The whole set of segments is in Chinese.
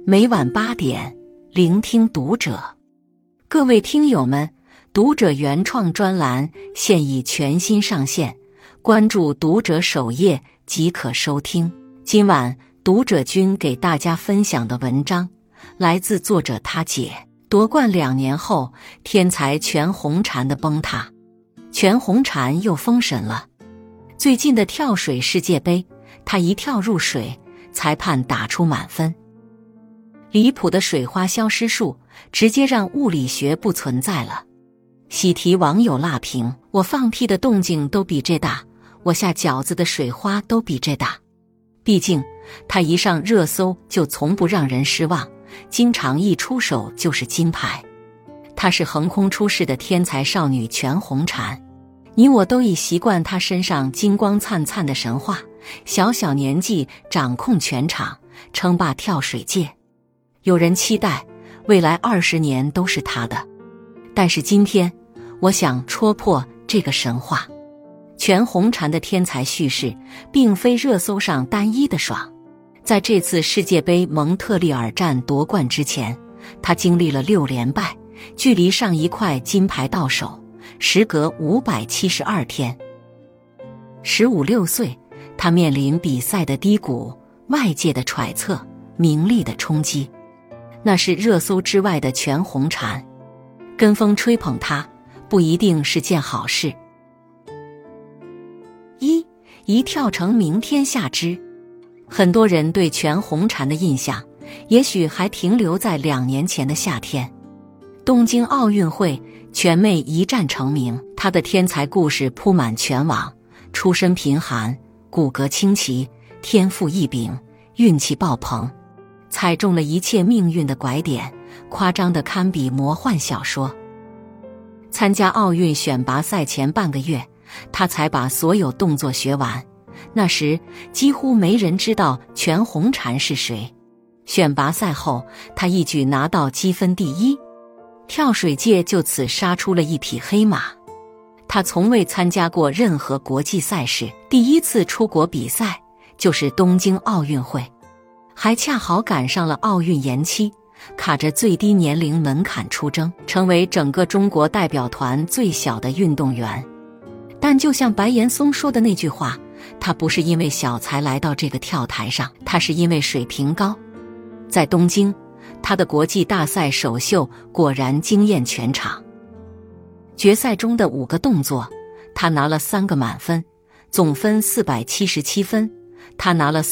每晚8点，聆听读者。各位听友们，读者原创专栏现已全新上线，关注读者首页即可收听。今晚读者君给大家分享的文章来自作者他姐。夺冠2年后，天才全红婵的崩塌。全红婵又封神了。最近的跳水世界杯，她一跳入水，裁判打出满分。离谱的水花消失术，直接让物理学不存在了。喜提网友辣评：我放屁的动静都比这大，我下饺子的水花都比这大。毕竟她一上热搜就从不让人失望，经常一出手就是金牌。她是横空出世的天才少女全红婵，你我都已习惯她身上金光灿灿的神话，小小年纪掌控全场，称霸跳水界。有人期待未来20年都是她的，但是今天我想戳破这个神话。全红婵的天才叙事并非热搜上单一的爽。在这次世界杯蒙特利尔站夺冠之前，她经历了6连败，距离上一块金牌到手时隔572天。15、16岁，她面临比赛的低谷，外界的揣测，名利的冲击。那是热搜之外的全红婵，跟风吹捧她不一定是件好事。一跳成名天下知。很多人对全红婵的印象也许还停留在2年前的夏天。东京奥运会，全妹一战成名，她的天才故事铺满全网。出身贫寒，骨骼清奇，天赋异禀，运气爆棚，踩中了一切命运的拐点，夸张的堪比魔幻小说。参加奥运选拔赛前半个月，她才把所有动作学完。那时几乎没人知道全红婵是谁。选拔赛后，她一举拿到积分第1，跳水界就此杀出了一匹黑马。她从未参加过任何国际赛事，第一次出国比赛就是东京奥运会，还恰好赶上了奥运延期，卡着最低年龄门槛出征，成为整个中国代表团最小的运动员。但就像白岩松说的那句话，他不是因为小才来到这个跳台上，他是因为水平高。在东京，他的国际大赛首秀果然惊艳全场。决赛中的5个动作，他拿了3个满分，总分477分，他拿了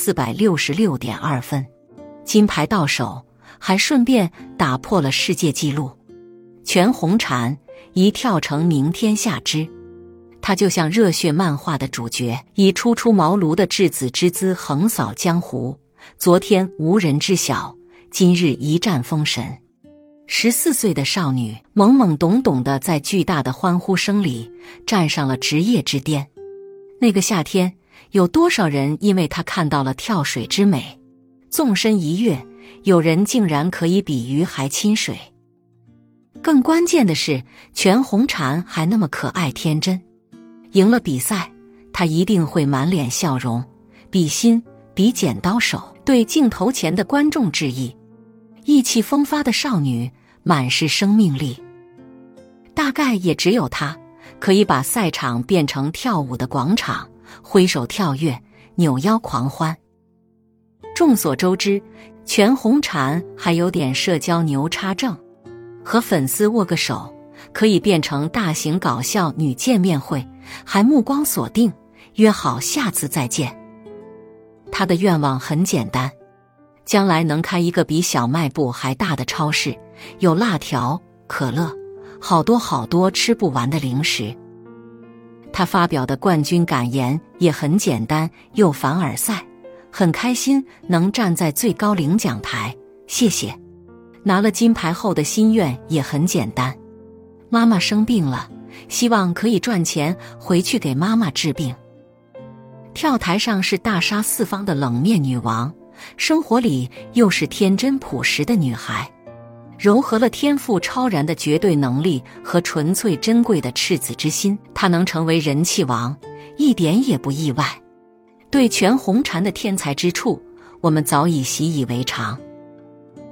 466.2分。金牌到手，还顺便打破了世界纪录。全红婵一跳成名天下知。他就像热血漫画的主角，以初出茅庐的稚子之姿横扫江湖。昨天无人知晓，今日一战封神。14岁的少女，懵懵懂懂地在巨大的欢呼声里站上了职业之巅。那个夏天，有多少人因为她看到了跳水之美？纵身一跃，有人竟然可以比鱼还亲水。更关键的是，全红婵还那么可爱天真。赢了比赛，她一定会满脸笑容，比心，比剪刀手，对镜头前的观众致意。意气风发的少女，满是生命力。大概也只有她，可以把赛场变成跳舞的广场，挥手跳跃，扭腰狂欢。众所周知，全红婵还有点社交牛叉症，和粉丝握个手可以变成大型搞笑女见面会，还目光锁定，约好下次再见。她的愿望很简单，将来能开一个比小卖部还大的超市，有辣条、可乐，好多好多吃不完的零食。她发表的冠军感言也很简单又凡尔赛，很开心能站在最高领奖台，谢谢。拿了金牌后的心愿也很简单，妈妈生病了，希望可以赚钱回去给妈妈治病。跳台上是大杀四方的冷面女王，生活里又是天真朴实的女孩，糅合了天赋超然的绝对能力和纯粹珍贵的赤子之心，她能成为人气王，一点也不意外。对全红婵的天才之处，我们早已习以为常。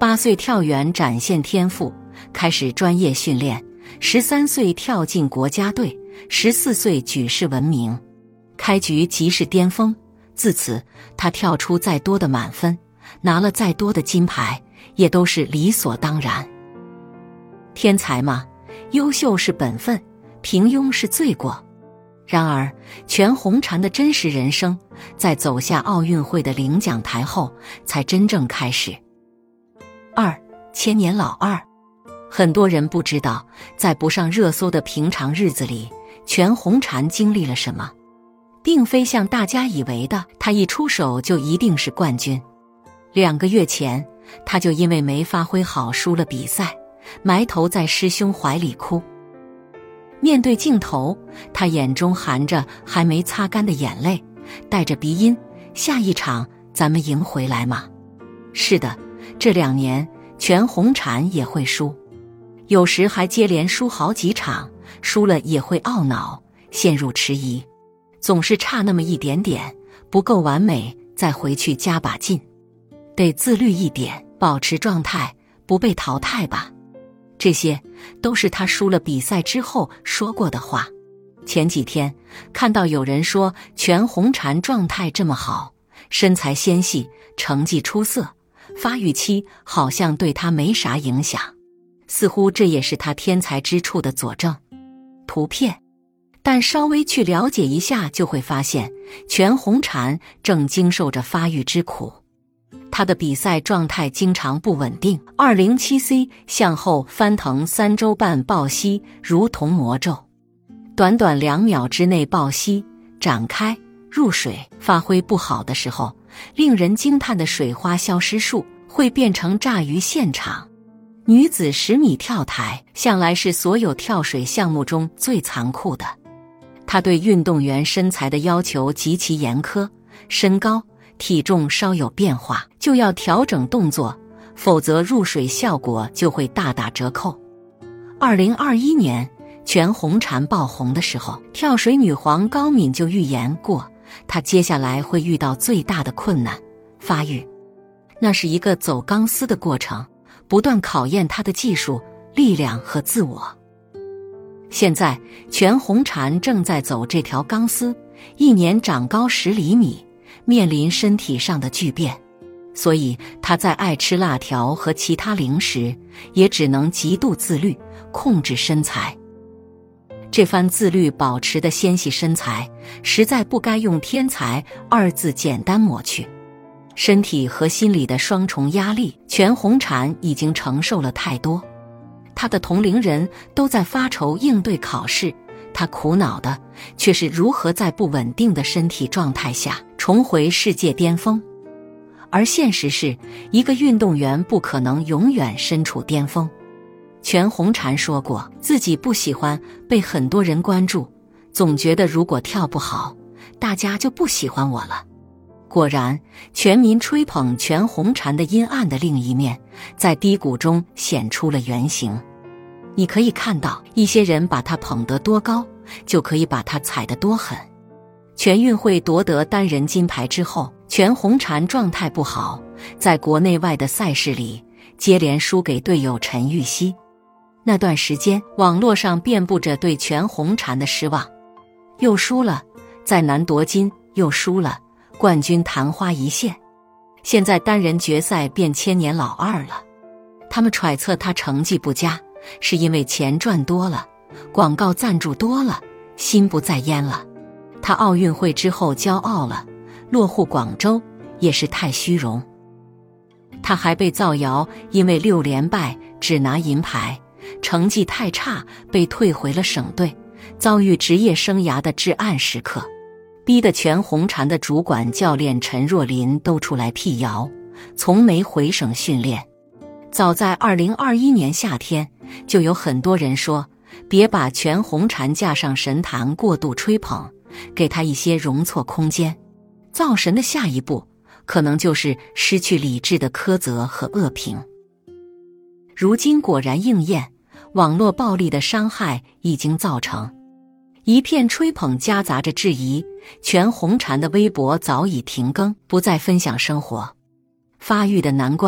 8岁跳远展现天赋，开始专业训练，13岁跳进国家队，14岁举世闻名，开局即是巅峰。自此，他跳出再多的满分，拿了再多的金牌，也都是理所当然。天才嘛，优秀是本分，平庸是罪过。然而，全红婵的真实人生，在走下奥运会的领奖台后，才真正开始。千年老二。很多人不知道，在不上热搜的平常日子里，全红婵经历了什么。并非像大家以为的，她一出手就一定是冠军。2个月前，她就因为没发挥好输了比赛，埋头在师兄怀里哭。面对镜头，她眼中含着还没擦干的眼泪，带着鼻音：下一场咱们赢回来吗？是的，这2年全红婵也会输，有时还接连输好几场，输了也会懊恼，陷入迟疑，总是差那么一点点，不够完美，再回去加把劲，得自律一点，保持状态，不被淘汰吧。这些都是他输了比赛之后说过的话。前几天看到有人说全红婵状态这么好，身材纤细，成绩出色，发育期好像对他没啥影响，似乎这也是他天才之处的佐证。图片。但稍微去了解一下就会发现，全红婵正经受着发育之苦。她的比赛状态经常不稳定，207C 向后翻腾3周半抱膝，如同魔咒。短短2秒之内抱膝、展开、入水，发挥不好的时候，令人惊叹的水花消失术会变成炸鱼现场。女子10米跳台向来是所有跳水项目中最残酷的。他对运动员身材的要求极其严苛，身高、体重稍有变化就要调整动作，否则入水效果就会大打折扣。2021年全红婵爆红的时候，跳水女皇高敏就预言过，她接下来会遇到最大的困难——发育。那是一个走钢丝的过程，不断考验她的技术、力量和自我。现在全红婵正在走这条钢丝，1年长高10厘米，面临身体上的巨变，所以她在爱吃辣条和其他零食，也只能极度自律，控制身材。这番自律保持的纤细身材，实在不该用天才2字简单抹去。身体和心理的双重压力，全红婵已经承受了太多。他的同龄人都在发愁应对考试，他苦恼的却是如何在不稳定的身体状态下重回世界巅峰。而现实是，一个运动员不可能永远身处巅峰。全红婵说过，自己不喜欢被很多人关注，总觉得如果跳不好，大家就不喜欢我了。果然，全民吹捧全红婵的阴暗的另一面，在低谷中显出了原形。你可以看到，一些人把她捧得多高，就可以把她踩得多狠。全运会夺得单人金牌之后，全红婵状态不好，在国内外的赛事里接连输给队友陈芋汐。那段时间，网络上遍布着对全红婵的失望，又输了，再难夺金又输了，冠军昙花一现。现在单人决赛变千年老二了。他们揣测他成绩不佳，是因为钱赚多了，广告赞助多了，心不在焉了。他奥运会之后骄傲了，落户广州也是太虚荣。他还被造谣因为6连败只拿银牌，成绩太差被退回了省队，遭遇职业生涯的至暗时刻，逼得全红婵的主管教练陈若琳都出来辟谣，从没回省训练。早在2021年夏天，就有很多人说，别把全红婵架上神坛过度吹捧，给她一些容错空间。造神的下一步，可能就是失去理智的苛责和恶评。如今果然应验，网络暴力的伤害已经造成。一片吹捧夹杂着质疑，全红婵的微博早已停更，不再分享生活。发育的难关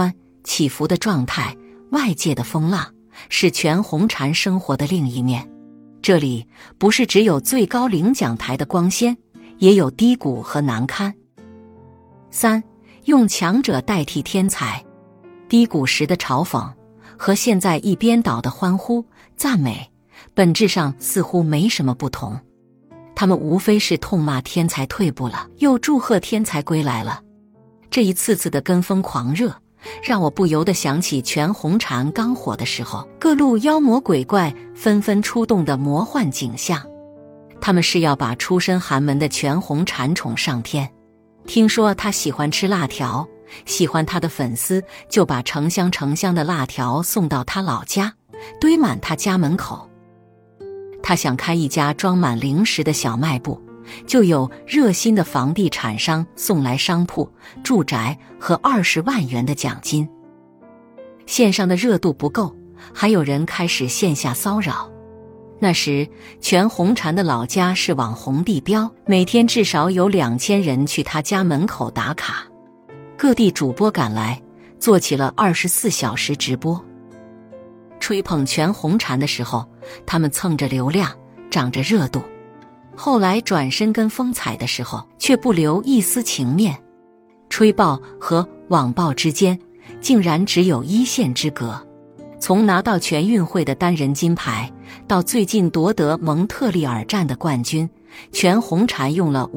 起伏的状态，外界的风浪，是全红婵生活的另一面。这里不是只有最高领奖台的光鲜，也有低谷和难堪。3. 用强者代替天才。低谷时的嘲讽和现在一边倒的欢呼赞美，本质上似乎没什么不同。他们无非是痛骂天才退步了，又祝贺天才归来了。这一次次的跟风狂热，让我不由得想起全红婵刚火的时候，各路妖魔鬼怪纷纷出动的魔幻景象。他们是要把出身寒门的全红婵宠上天。听说他喜欢吃辣条，喜欢他的粉丝就把成箱成箱的辣条送到他老家，堆满他家门口。他想开一家装满零食的小卖部，就有热心的房地产商送来商铺、住宅和20万元的奖金。线上的热度不够，还有人开始线下骚扰。那时全红婵的老家是网红地标，每天至少有2000人去他家门口打卡。各地主播赶来，做起了24小时直播。吹捧全红婵的时候，他们蹭着流量，长着热度。后来转身跟风采的时候，却不留一丝情面。吹爆和网爆之间，竟然只有1线之隔。从拿到全运会的单人金牌，到最近夺得蒙特利尔站的冠军，全红婵用了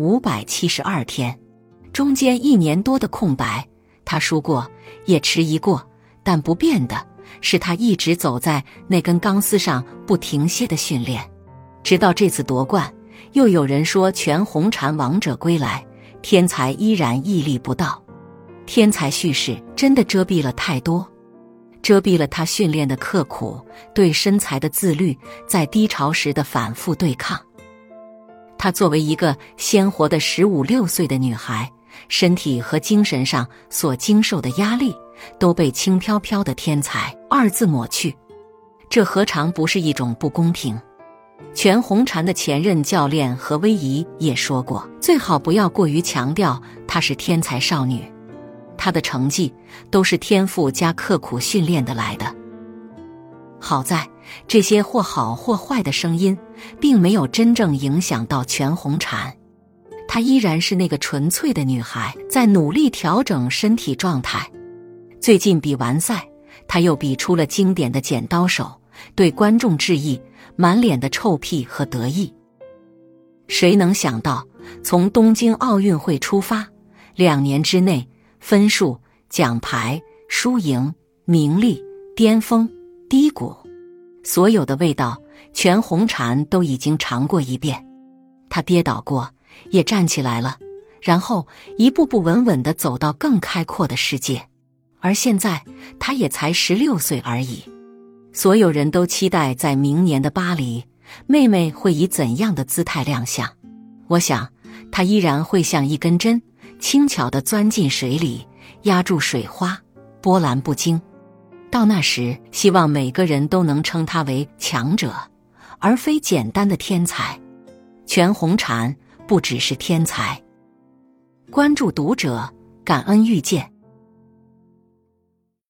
572天，中间1年多的空白，她输过，也迟疑过，但不变的是她一直走在那根钢丝上，不停歇的训练。直到这次夺冠，又有人说全红婵王者归来，天才依然屹立不倒。天才叙事真的遮蔽了太多，遮蔽了他训练的刻苦，对身材的自律，在低潮时的反复对抗。她作为一个鲜活的15、16岁的女孩，身体和精神上所经受的压力，都被轻飘飘的天才2字抹去，这何尝不是一种不公平？全红婵的前任教练何威仪也说过，最好不要过于强调她是天才少女，她的成绩都是天赋加刻苦训练得来的。好在这些或好或坏的声音并没有真正影响到全红婵，她依然是那个纯粹的女孩，在努力调整身体状态。最近比完赛，她又比出了经典的剪刀手，对观众致意，满脸的臭屁和得意。谁能想到，从东京奥运会出发，2年之内，分数、奖牌、输赢、名利、巅峰、低谷，所有的味道，全红婵都已经尝过一遍。她跌倒过，也站起来了，然后一步步稳稳地走到更开阔的世界。而现在，她也才16岁而已。所有人都期待在明年的巴黎，妹妹会以怎样的姿态亮相。我想，她依然会像一根针，轻巧地钻进水里，压住水花，波澜不惊。到那时，希望每个人都能称她为强者，而非简单的天才。全红婵不只是天才。关注读者，感恩遇见。